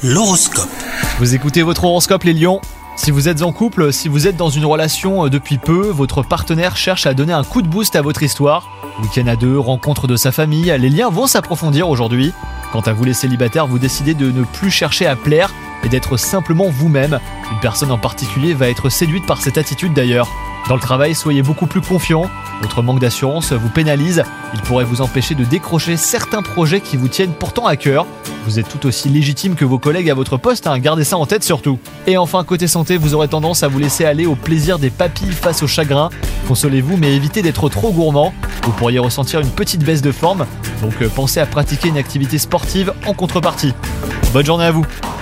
L'horoscope. Vous écoutez votre horoscope les lions. Si vous êtes en couple, si vous êtes dans une relation depuis peu, votre partenaire cherche à donner un coup de boost à votre histoire. Week-end à deux, rencontre de sa famille, les liens vont s'approfondir aujourd'hui. Quant à vous les célibataires, vous décidez de ne plus chercher à plaire et d'être simplement vous-même. Une personne en particulier va être séduite par cette attitude d'ailleurs. Dans le travail, soyez beaucoup plus confiant. Votre manque d'assurance vous pénalise. Il pourrait vous empêcher de décrocher certains projets qui vous tiennent pourtant à cœur. Vous êtes tout aussi légitime que vos collègues à votre poste, gardez ça en tête surtout. Et enfin, côté santé, vous aurez tendance à vous laisser aller au plaisir des papilles face au chagrin. Consolez-vous, mais évitez d'être trop gourmand. Vous pourriez ressentir une petite baisse de forme, donc pensez à pratiquer une activité sportive en contrepartie. Bonne journée à vous.